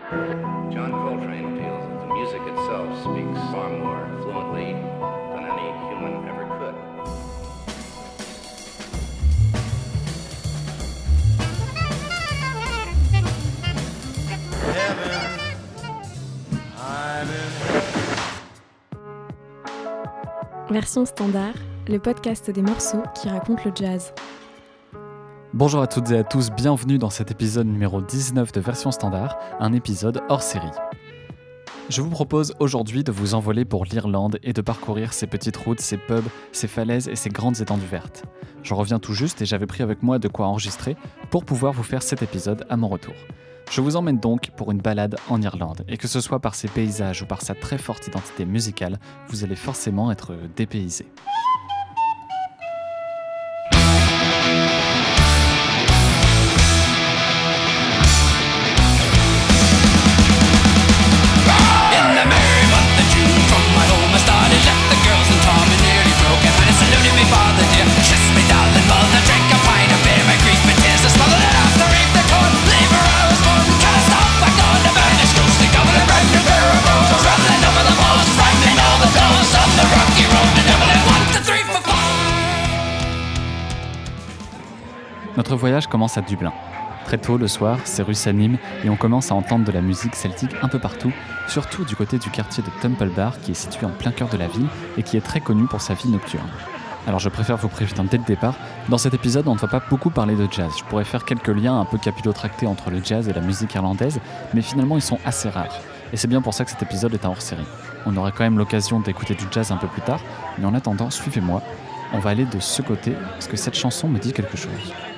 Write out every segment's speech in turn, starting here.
John Coltrane feels that the music itself speaks far more fluently than any human ever could. Version standard, le podcast des morceaux qui racontent le jazz. Bonjour à toutes et à tous, bienvenue dans cet épisode numéro 19 de Version standard, un épisode hors série. Je vous propose aujourd'hui de vous envoler pour l'Irlande et de parcourir ses petites routes, ses pubs, ses falaises et ses grandes étendues vertes. J'en reviens tout juste et j'avais pris avec moi de quoi enregistrer pour pouvoir vous faire cet épisode à mon retour. Je vous emmène donc pour une balade en Irlande, et que ce soit par ses paysages ou par sa très forte identité musicale, vous allez forcément être dépaysé. Notre voyage commence à Dublin. Très tôt le soir, ces rues s'animent et on commence à entendre de la musique celtique un peu partout, surtout du côté du quartier de Temple Bar qui est situé en plein cœur de la ville et qui est très connu pour sa vie nocturne. Alors je préfère vous prévenir dès le départ, dans cet épisode on ne va pas beaucoup parler de jazz. Je pourrais faire quelques liens un peu capillotractés entre le jazz et la musique irlandaise, mais finalement ils sont assez rares. Et c'est bien pour ça que cet épisode est un hors-série. On aura quand même l'occasion d'écouter du jazz un peu plus tard, mais en attendant, suivez-moi. On va aller de ce côté, parce que cette chanson me dit quelque chose.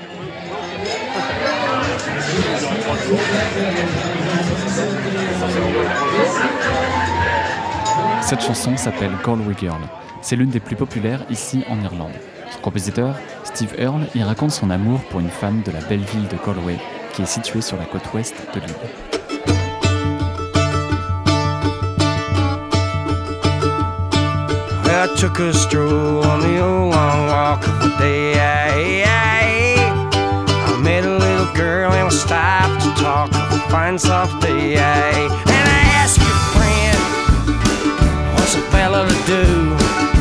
Cette chanson s'appelle Galway Girl. C'est l'une des plus populaires ici en Irlande. Son compositeur, Steve Earle, y raconte son amour pour une femme de la belle ville de Galway, qui est située sur la côte ouest de l'île. I took a stroll on the old long walk of the day. I met a little girl and we stopped to talk of a fine soft day. And I asked your friend, what's a fella to do?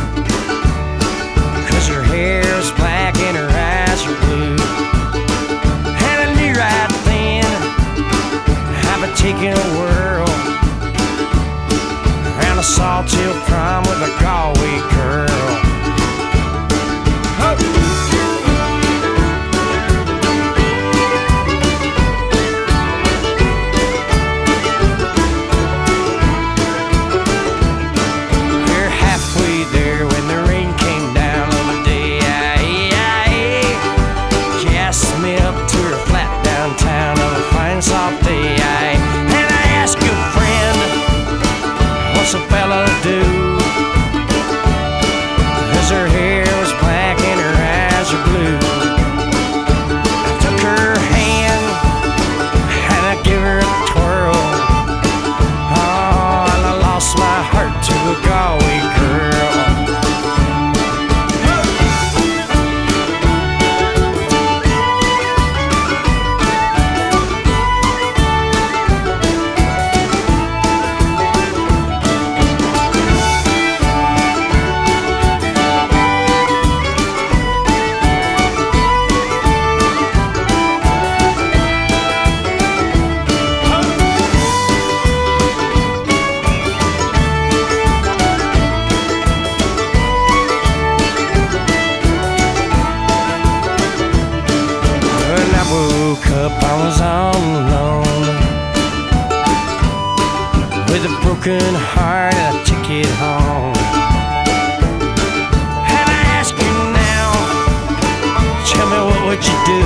'Cause her hair is black and her eyes are blue. And I knew right then I've been taking a whirl around a Sawtill prom with a Galway girl. We're halfway there when the rain came down on the day. She asked me up to her flat downtown on a fine soft day. And I asked your friend, what's a fella to do? 'Cause her hair was black and her eyes are blue. I took her hand and I gave her a twirl. Oh, and I lost my heart to a Galway girl. When I woke up, I was all alone with a broken heart and a ticket home. And I ask you now, tell me what would you do?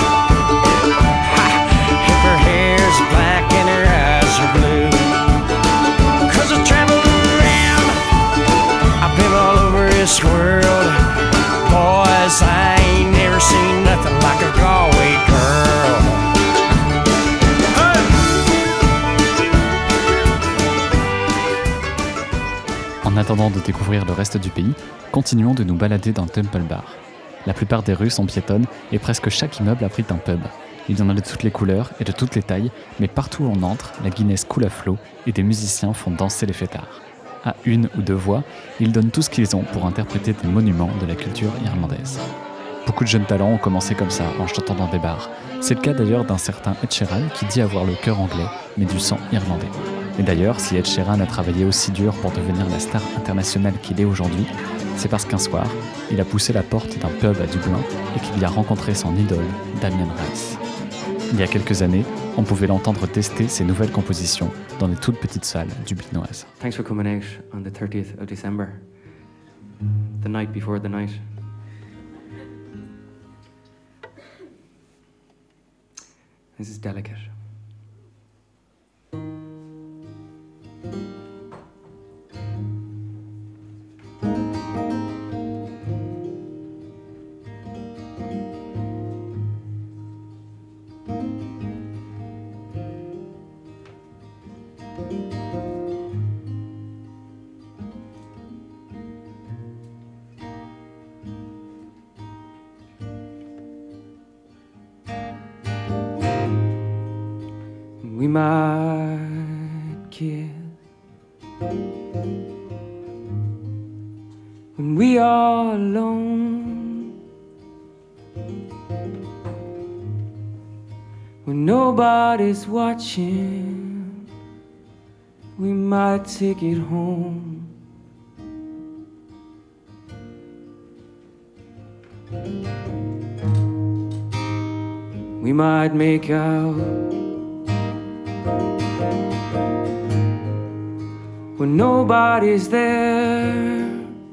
If her hair's black and her eyes are blue. 'Cause I traveled around, I've been all over this world. Boys, I ain't never seen nothing like a Galway girl. En attendant de découvrir le reste du pays, continuons de nous balader dans Temple Bar. La plupart des rues sont piétonnes et presque chaque immeuble abrite un pub. Il y en a de toutes les couleurs et de toutes les tailles, mais partout où on entre, la Guinness coule à flot et des musiciens font danser les fêtards. À une ou deux voix, ils donnent tout ce qu'ils ont pour interpréter des monuments de la culture irlandaise. Beaucoup de jeunes talents ont commencé comme ça, en chantant dans des bars. C'est le cas d'ailleurs d'un certain Ed Sheeran qui dit avoir le cœur anglais, mais du sang irlandais. Et d'ailleurs, si Ed Sheeran a travaillé aussi dur pour devenir la star internationale qu'il est aujourd'hui, c'est parce qu'un soir, il a poussé la porte d'un pub à Dublin et qu'il y a rencontré son idole, Damien Rice. Il y a quelques années, on pouvait l'entendre tester ses nouvelles compositions dans des toutes petites salles dublinoises. Thanks for coming out on the 30th of December, the night before the night. This is delicate. We might kiss when we are alone, when nobody's watching. We might take it home. We might make out when nobody's there.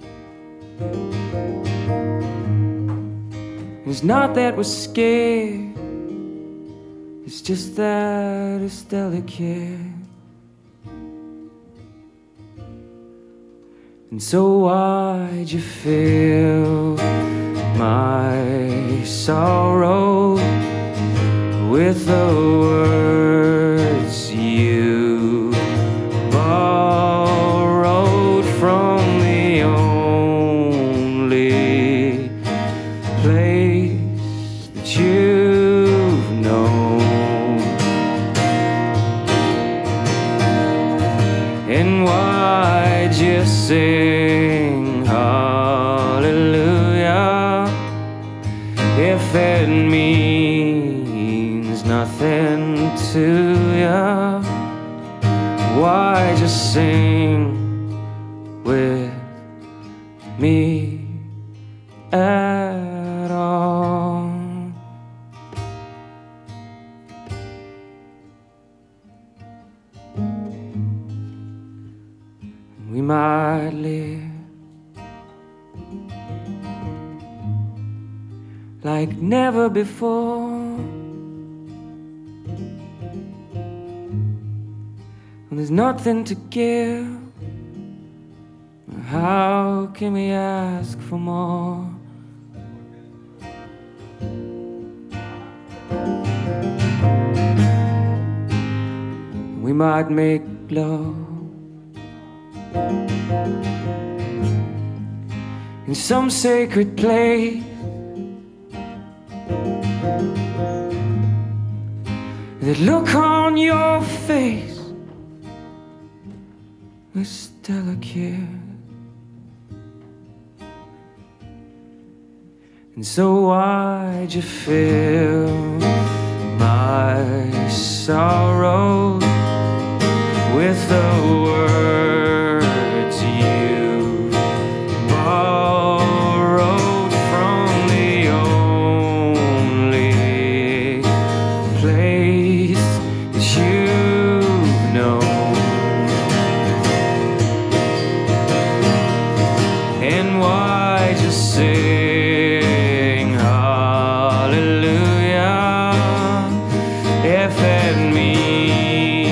It's not that we're scared, it's just that it's delicate. And so why'd you fill my sorrow with the words you borrowed from the only place that you've known? And why'd you sing hallelujah if it means nothing to ya? Why just sing with me at all? We might live like never before. When there's nothing to give, how can we ask for more? We might make love in some sacred place. That look on your face is delicate. And so why'd you fill my sorrow with the words you borrowed from the only place that you know? And why'd you sing hallelujah if it means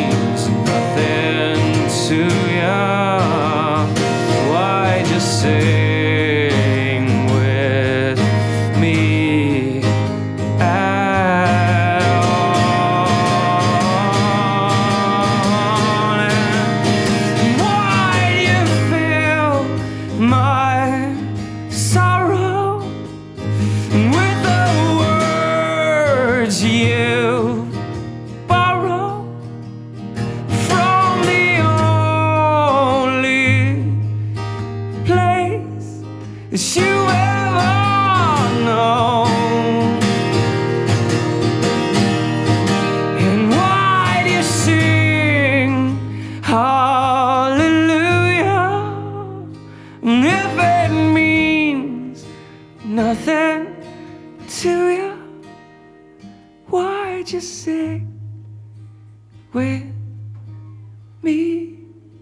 with me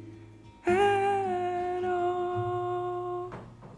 at all.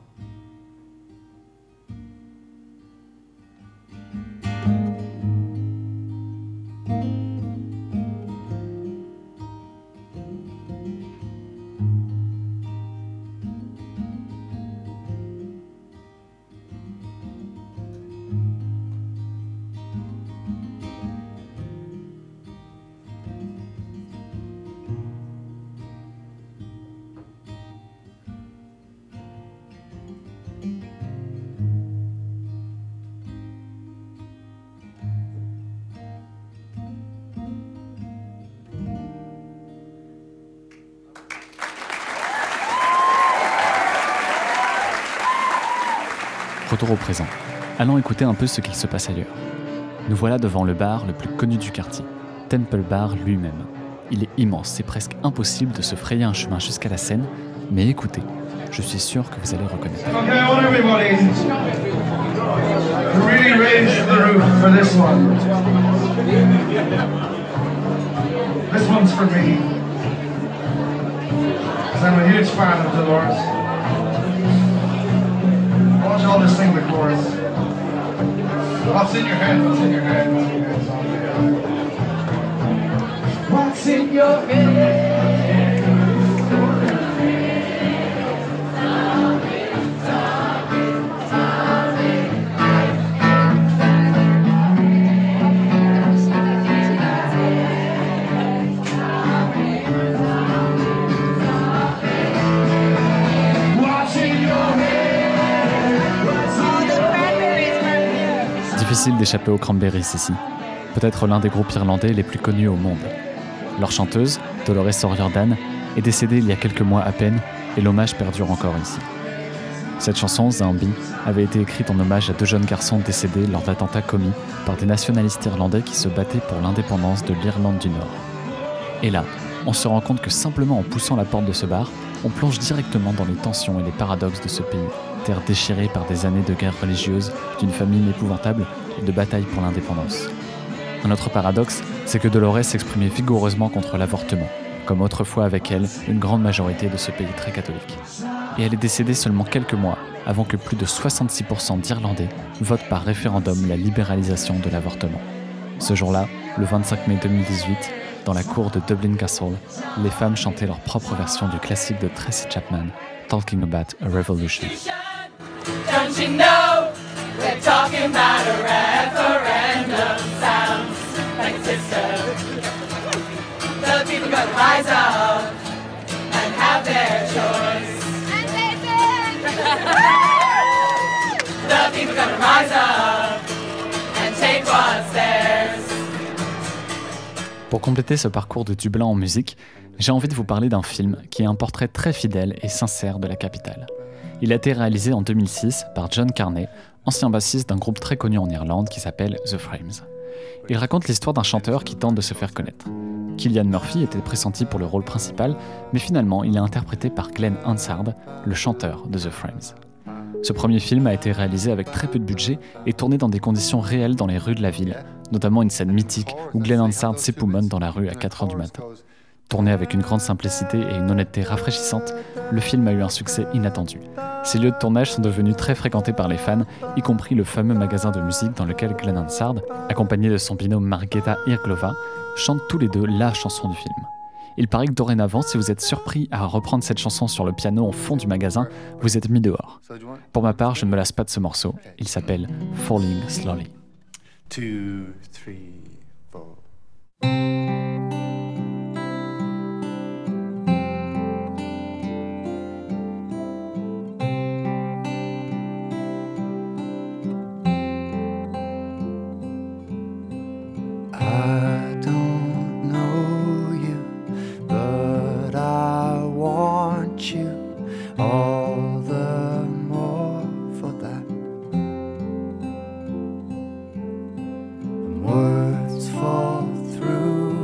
Retour au présent. Allons écouter un peu ce qu'il se passe ailleurs. Nous voilà devant le bar le plus connu du quartier, Temple Bar lui-même. Il est immense, c'est presque impossible de se frayer un chemin jusqu'à la scène, mais écoutez, je suis sûr que vous allez reconnaître. Okay, I want everybody to really raise the roof for this one. This one's for me. Because I'm a huge fan of Dolores. I want you all to sing the chorus. What's in your head? What's in your head? What's in your head? Difficile d'échapper aux Cranberries ici. Peut-être l'un des groupes irlandais les plus connus au monde. Leur chanteuse, Dolores O'Riordan, est décédée il y a quelques mois à peine et l'hommage perdure encore ici. Cette chanson, Zombie, avait été écrite en hommage à 2 jeunes garçons décédés lors d'attentats commis par des nationalistes irlandais qui se battaient pour l'indépendance de l'Irlande du Nord. Et là, on se rend compte que simplement en poussant la porte de ce bar, on plonge directement dans les tensions et les paradoxes de ce pays, terre déchirée par des années de guerre religieuse, d'une famine épouvantable et de bataille pour l'indépendance. Un autre paradoxe, c'est que Dolores s'exprimait vigoureusement contre l'avortement, comme autrefois avec elle, une grande majorité de ce pays très catholique. Et elle est décédée seulement quelques mois avant que plus de 66% d'Irlandais votent par référendum la libéralisation de l'avortement. Ce jour-là, le 25 mai 2018, dans la cour de Dublin Castle, les femmes chantaient leur propre version du classique de Tracy Chapman, Talking About a Revolution. Don't you know we're talking about a referendum? Sounds like a system. The people gotta rise up and have their choice. And the people gotta rise up and take what's theirs. Pour compléter ce parcours de Dublin en musique, j'ai envie de vous parler d'un film qui est un portrait très fidèle et sincère de la capitale. Il a été réalisé en 2006 par John Carney, ancien bassiste d'un groupe très connu en Irlande qui s'appelle The Frames. Il raconte l'histoire d'un chanteur qui tente de se faire connaître. Cillian Murphy était pressenti pour le rôle principal, mais finalement il est interprété par Glenn Hansard, le chanteur de The Frames. Ce premier film a été réalisé avec très peu de budget et tourné dans des conditions réelles dans les rues de la ville, notamment une scène mythique où Glenn Hansard s'époumonne dans la rue à 4h du matin. Tourné avec une grande simplicité et une honnêteté rafraîchissante, le film a eu un succès inattendu. Ces lieux de tournage sont devenus très fréquentés par les fans, y compris le fameux magasin de musique dans lequel Glenn Hansard, accompagné de son binôme Margeta Irglova, chantent tous les deux la chanson du film. Il paraît que dorénavant, si vous êtes surpris à reprendre cette chanson sur le piano au fond du magasin, vous êtes mis dehors. Pour ma part, je ne me lasse pas de ce morceau. Il s'appelle Falling Slowly. 2, 3, 4. I don't know you, but I want you all the more for that. And words fall through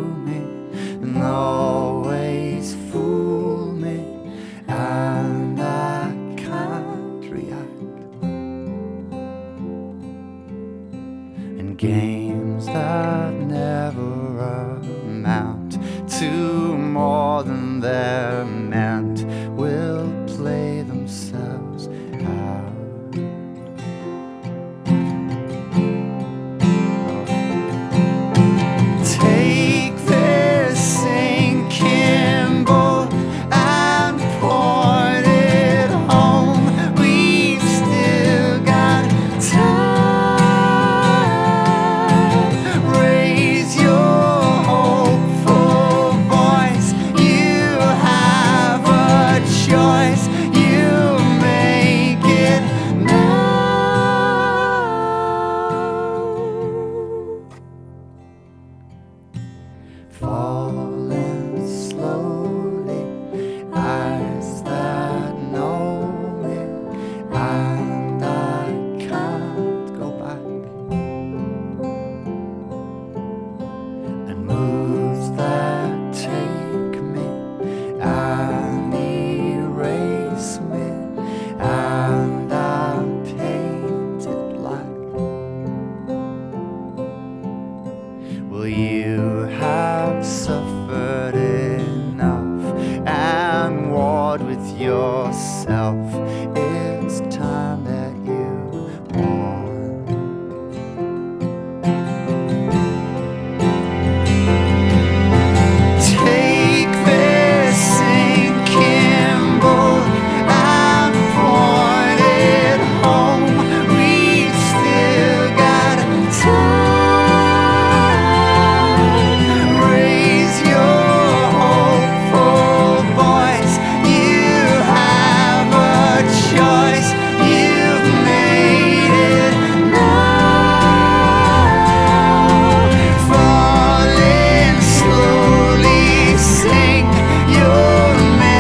to more than they're meant will play themselves out. Take this sinking boat and port it home. We've still got time. Raise your hopeful voice. You have a choice. You make it now. Falling slowly, eyes that know me, and I can't go back. And moves that take me and erase me, and I'm painted black. Will you have suffered enough and warred with yourself? It's time that you mourn. Take this sinking boat and port it home. We've still got time. Raise your hopeful voice. You have a choice. You've made it now. Falling slowly, sing your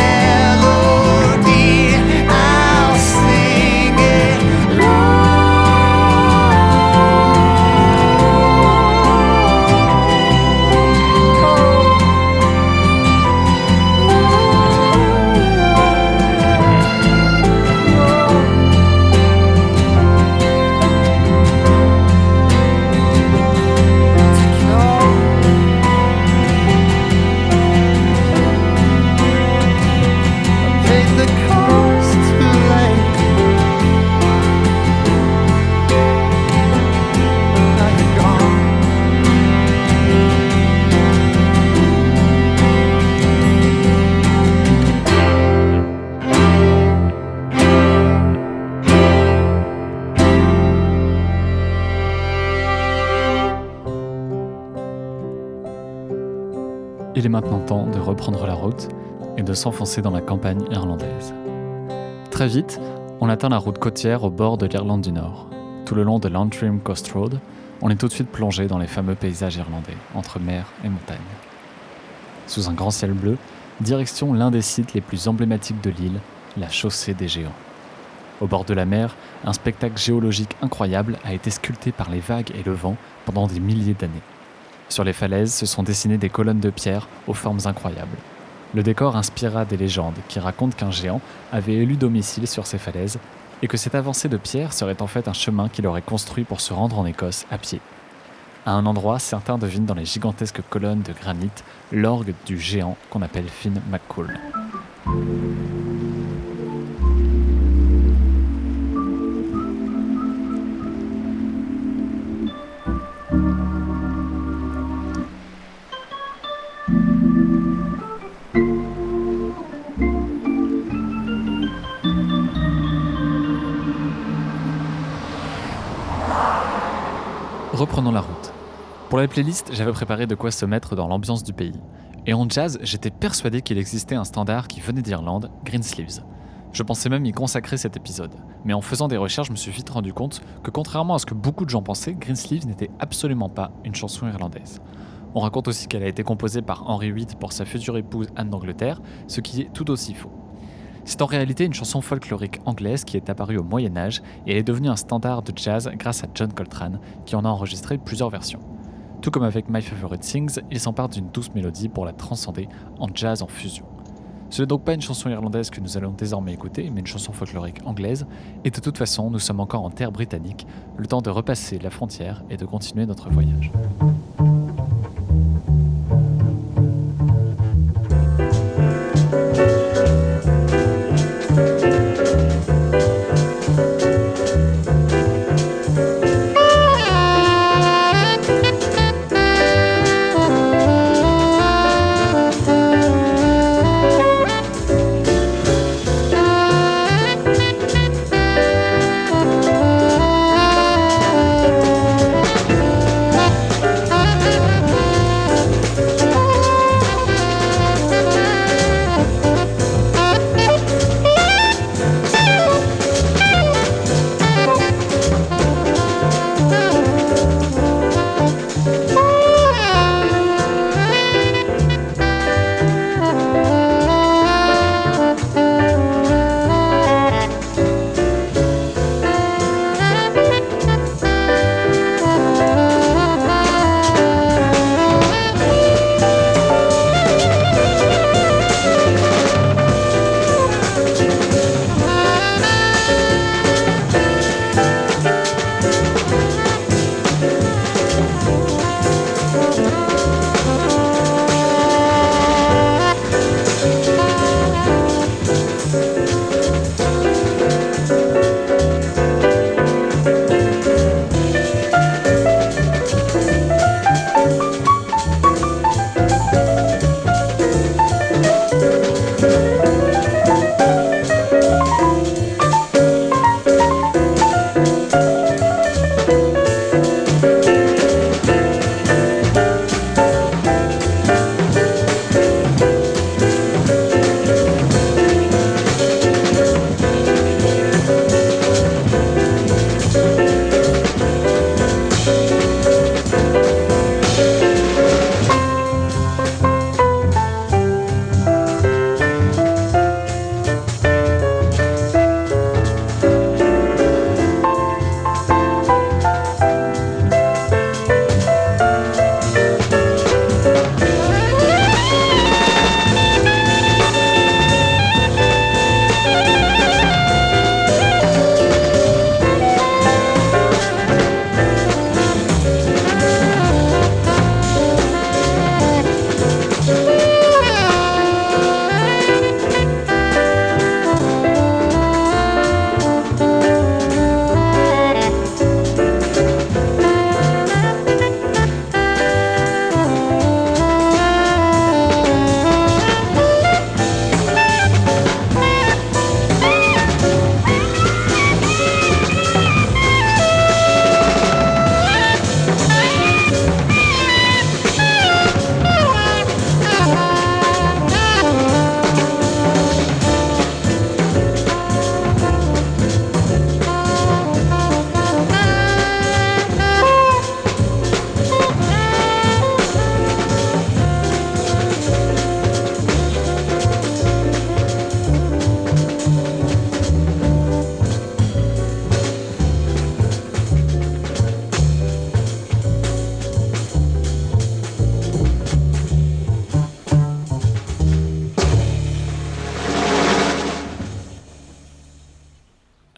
melody. I'll sing it paid the cost too late. Now you're gone. Il est maintenant temps de reprendre la route et de s'enfoncer dans la campagne irlandaise. Très vite, on atteint la route côtière au bord de l'Irlande du Nord. Tout le long de l'Antrim Coast Road, on est tout de suite plongé dans les fameux paysages irlandais, entre mer et montagne. Sous un grand ciel bleu, direction l'un des sites les plus emblématiques de l'île, la Chaussée des Géants. Au bord de la mer, un spectacle géologique incroyable a été sculpté par les vagues et le vent pendant des milliers d'années. Sur les falaises se sont dessinées des colonnes de pierre aux formes incroyables. Le décor inspira des légendes qui racontent qu'un géant avait élu domicile sur ces falaises et que cette avancée de pierre serait en fait un chemin qu'il aurait construit pour se rendre en Écosse à pied. À un endroit, certains devinent dans les gigantesques colonnes de granit l'orgue du géant qu'on appelle Finn McCool. Reprenons la route. Pour la playlist, j'avais préparé de quoi se mettre dans l'ambiance du pays. Et en jazz, j'étais persuadé qu'il existait un standard qui venait d'Irlande, Greensleeves. Je pensais même y consacrer cet épisode. Mais en faisant des recherches, je me suis vite rendu compte que contrairement à ce que beaucoup de gens pensaient, Greensleeves n'était absolument pas une chanson irlandaise. On raconte aussi qu'elle a été composée par Henry VIII pour sa future épouse Anne d'Angleterre, ce qui est tout aussi faux. C'est en réalité une chanson folklorique anglaise qui est apparue au Moyen-Âge et elle est devenue un standard de jazz grâce à John Coltrane, qui en a enregistré plusieurs versions. Tout comme avec My Favorite Things, il s'empare d'une douce mélodie pour la transcender en jazz en fusion. Ce n'est donc pas une chanson irlandaise que nous allons désormais écouter, mais une chanson folklorique anglaise, et de toute façon, nous sommes encore en terre britannique, le temps de repasser la frontière et de continuer notre voyage.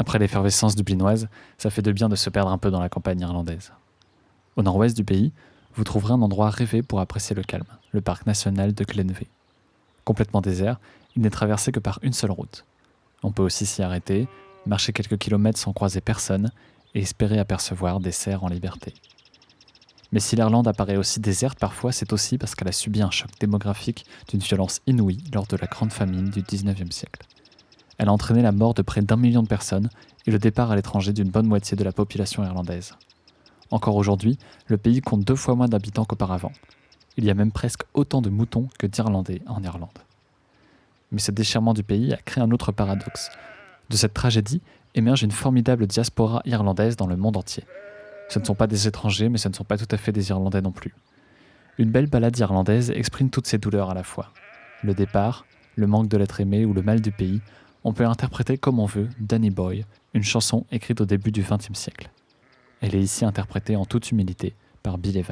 Après l'effervescence dublinoise, ça fait de bien de se perdre un peu dans la campagne irlandaise. Au nord-ouest du pays, vous trouverez un endroit rêvé pour apprécier le calme, le parc national de Glenveigh. Complètement désert, il n'est traversé que par une seule route. On peut aussi s'y arrêter, marcher quelques kilomètres sans croiser personne et espérer apercevoir des cerfs en liberté. Mais si l'Irlande apparaît aussi déserte parfois, c'est aussi parce qu'elle a subi un choc démographique d'une violence inouïe lors de la grande famine du XIXe siècle. Elle a entraîné la mort de près d'1 million de personnes et le départ à l'étranger d'une bonne moitié de la population irlandaise. Encore aujourd'hui, le pays compte 2 fois moins d'habitants qu'auparavant. Il y a même presque autant de moutons que d'Irlandais en Irlande. Mais ce déchirement du pays a créé un autre paradoxe. De cette tragédie émerge une formidable diaspora irlandaise dans le monde entier. Ce ne sont pas des étrangers, mais ce ne sont pas tout à fait des Irlandais non plus. Une belle ballade irlandaise exprime toutes ces douleurs à la fois. Le départ, le manque de l'être aimé ou le mal du pays, on peut interpréter comme on veut Danny Boy, une chanson écrite au début du XXe siècle. Elle est ici interprétée en toute humilité par Bill Evans.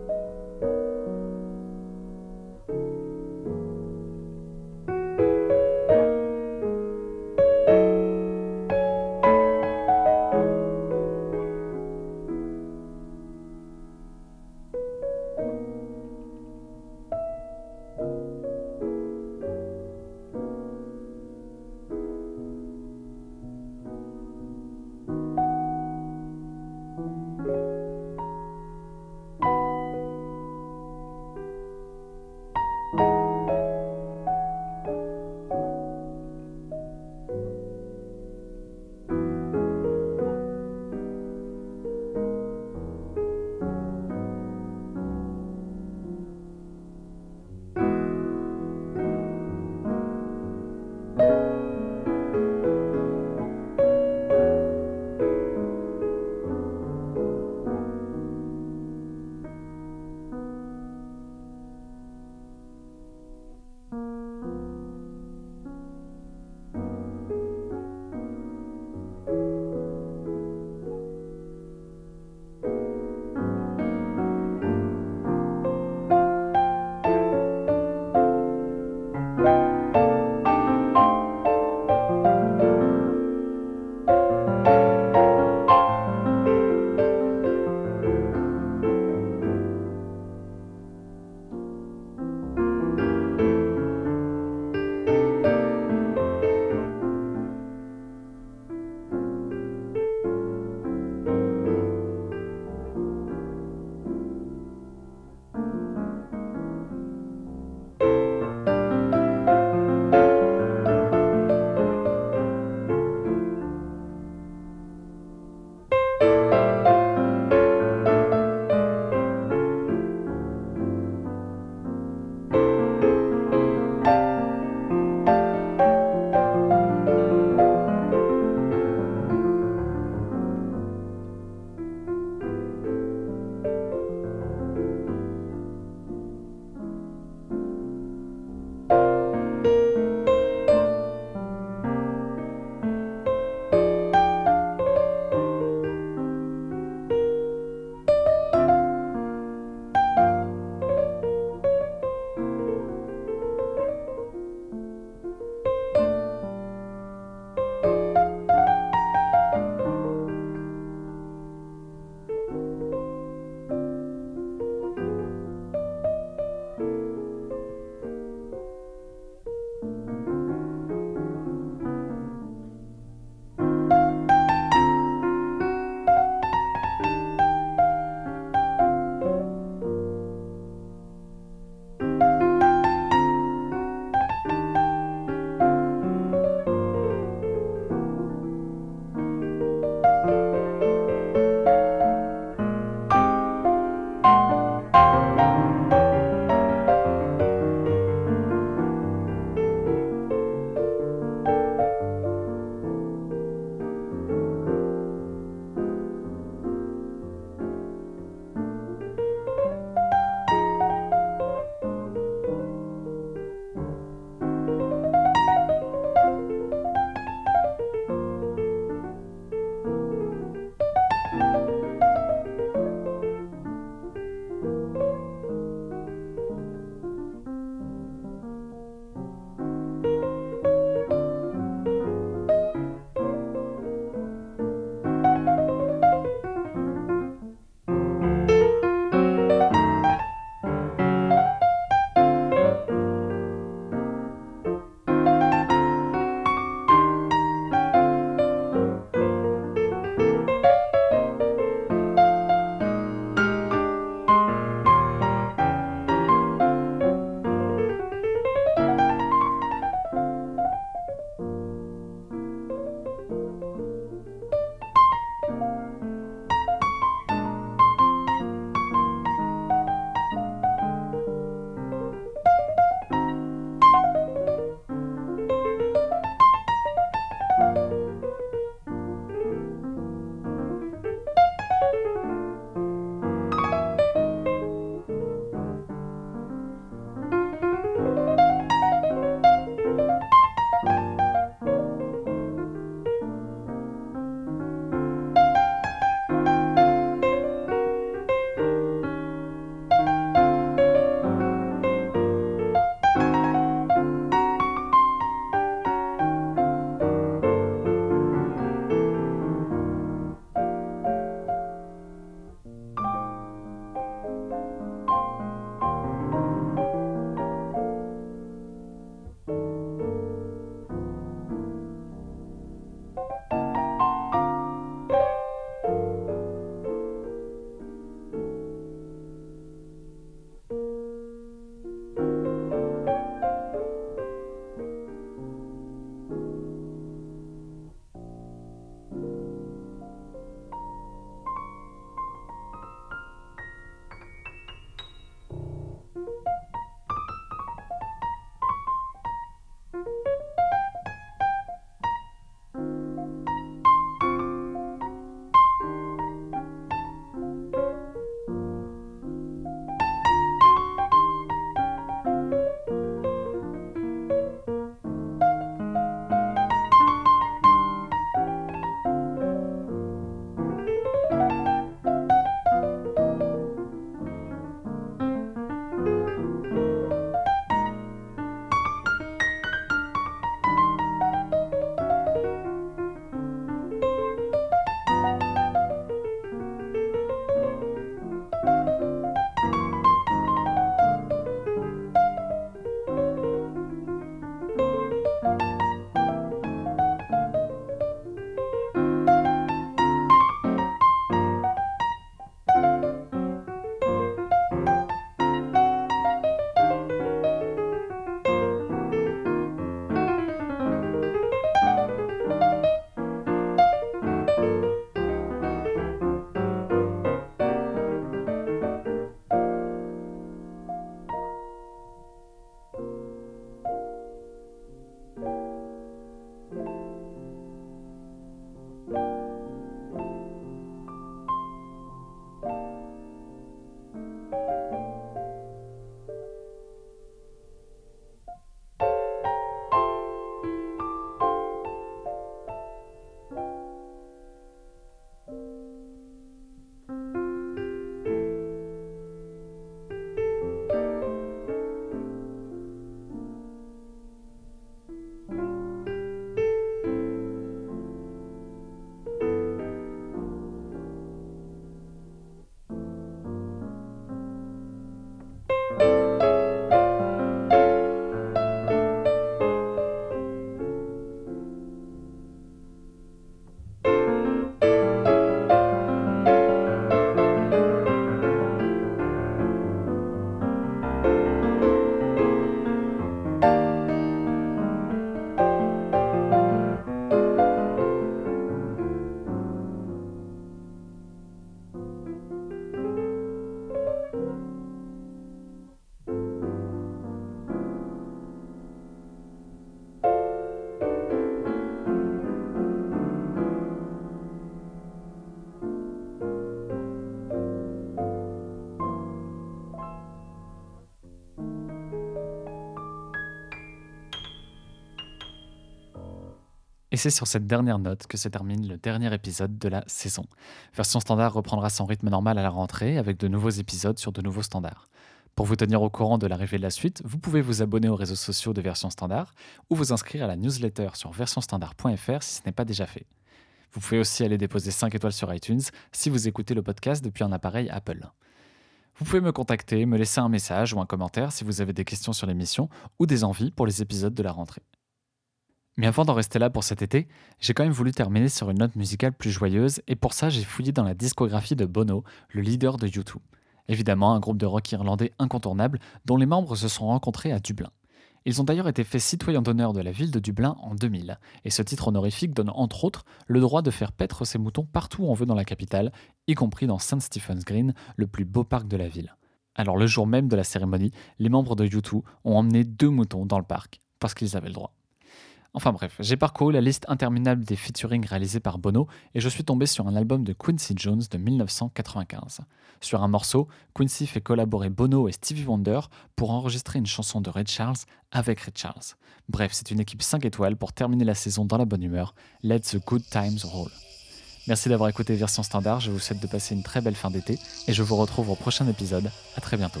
c'est sur cette dernière note que se termine le dernier épisode de la saison. Version Standard reprendra son rythme normal à la rentrée avec de nouveaux épisodes sur de nouveaux standards. Pour vous tenir au courant de l'arrivée de la suite, vous pouvez vous abonner aux réseaux sociaux de Version Standard ou vous inscrire à la newsletter sur versionstandard.fr si ce n'est pas déjà fait. Vous pouvez aussi aller déposer 5 étoiles sur iTunes si vous écoutez le podcast depuis un appareil Apple. Vous pouvez me contacter, me laisser un message ou un commentaire si vous avez des questions sur l'émission ou des envies pour les épisodes de la rentrée. Mais avant d'en rester là pour cet été, j'ai quand même voulu terminer sur une note musicale plus joyeuse et pour ça j'ai fouillé dans la discographie de Bono, le leader de U2. Évidemment un groupe de rock irlandais incontournable dont les membres se sont rencontrés à Dublin. Ils ont d'ailleurs été faits citoyens d'honneur de la ville de Dublin en 2000 et ce titre honorifique donne entre autres le droit de faire paître ses moutons partout où on veut dans la capitale, y compris dans St. Stephen's Green, le plus beau parc de la ville. Alors le jour même de la cérémonie, les membres de U2 ont emmené 2 moutons dans le parc parce qu'ils avaient le droit. Enfin bref, j'ai parcouru la liste interminable des featuring réalisés par Bono et je suis tombé sur un album de Quincy Jones de 1995. Sur un morceau, Quincy fait collaborer Bono et Stevie Wonder pour enregistrer une chanson de Ray Charles avec Ray Charles. Bref, c'est une équipe 5 étoiles pour terminer la saison dans la bonne humeur. Let the good times roll. Merci d'avoir écouté Version Standard, je vous souhaite de passer une très belle fin d'été et je vous retrouve au prochain épisode. À très bientôt.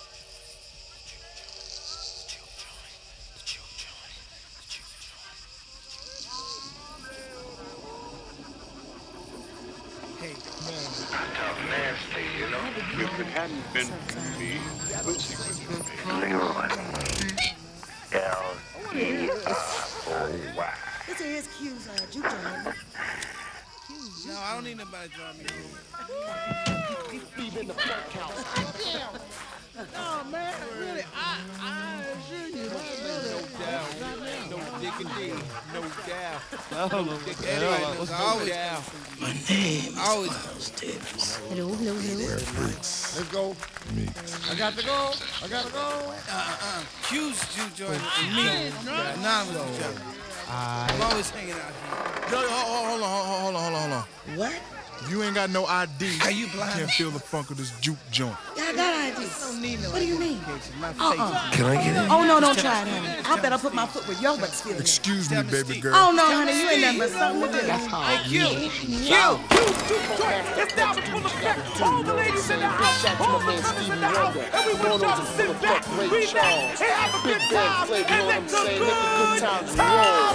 If it hadn't been for me, Quincy would have been. Leroy. L-E-R-O-Y. This is Q's juke joint. No, I don't need nobody to drive me home. Steve in the front house. No, man, really, I assure you, no doubt, no dick and D, no doubt. No dick and My name is always. Hello, hello, hello. Let's go. I got to go. I gotta go. Q's juke joint. Me. Anonymous juke. I'm always hanging out here. Yo, hold on. What? You ain't got no ID. How you blind? Can't feel the funk of this juke joint. Yeah, I got ID. What do you mean? Can I get in? Oh, no, don't try it, honey. I better put my foot where your butt's feeling. Excuse me, baby girl. Oh, no, honey, you ain't nothing but something to do. Hey, Q. It's now full of fact. All the ladies in the house, all the brothers in the house, and we want y'all to sit back, relax, and have a good time, and let the good times roll.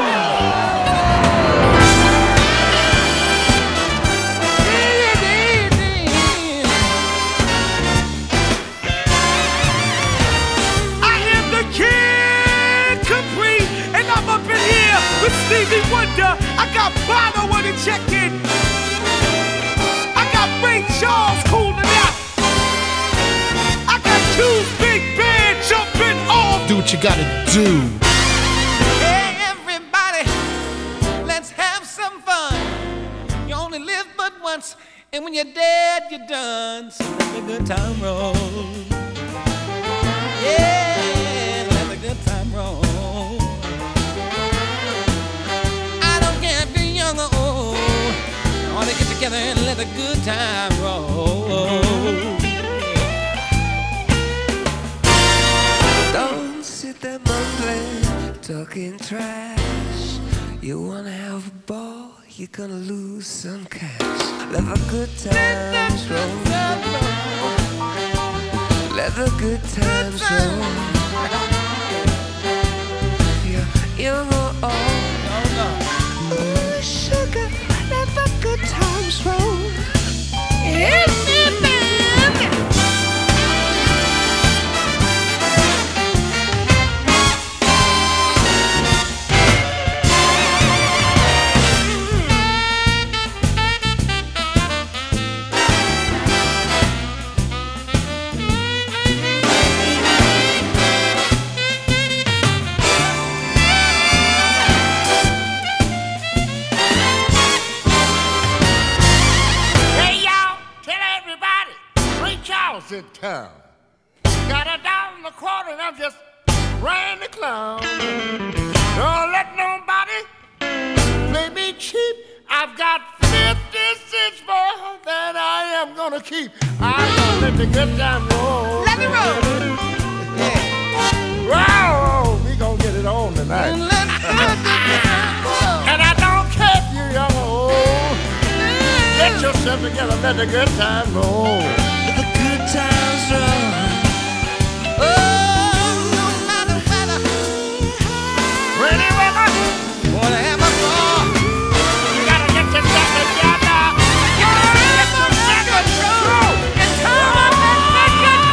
With Stevie Wonder, I got Bono on the check-in. I got Ray Charles cooling out. I got Q's big band jumping off. Do what you gotta do. Hey everybody, let's have some fun. You only live but once, and when you're dead, you're done. So let the good time roll. Yeah, let the good time roll. To get together and let the good time roll. Don't sit there mumbling, talking trash. You wanna have a ball, you're gonna lose some cash. Let the good times roll. Let the good times roll. You're young or old. Ooh, sugar. Let the good times roll. In town. Got $1.25 and I just ran the clown. Don't let nobody play me cheap. I've got 50 cents more than I am gonna keep. I'm gonna let the good time roll. Let me roll. Yeah. Wow, we gonna get it on tonight. yourself together, let the good times roll. Let the good times roll. Rainy weather, wanna have a ball. You gotta get yourself together. You gotta get yourself control. It's time to get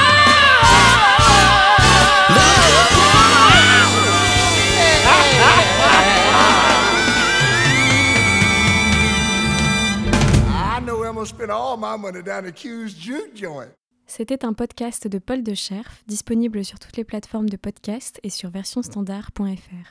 I know I'm gonna spend all my money down at Q's Juke Joint. C'était un podcast de Paul de Scherf, disponible sur toutes les plateformes de podcast et sur versionstandard.fr.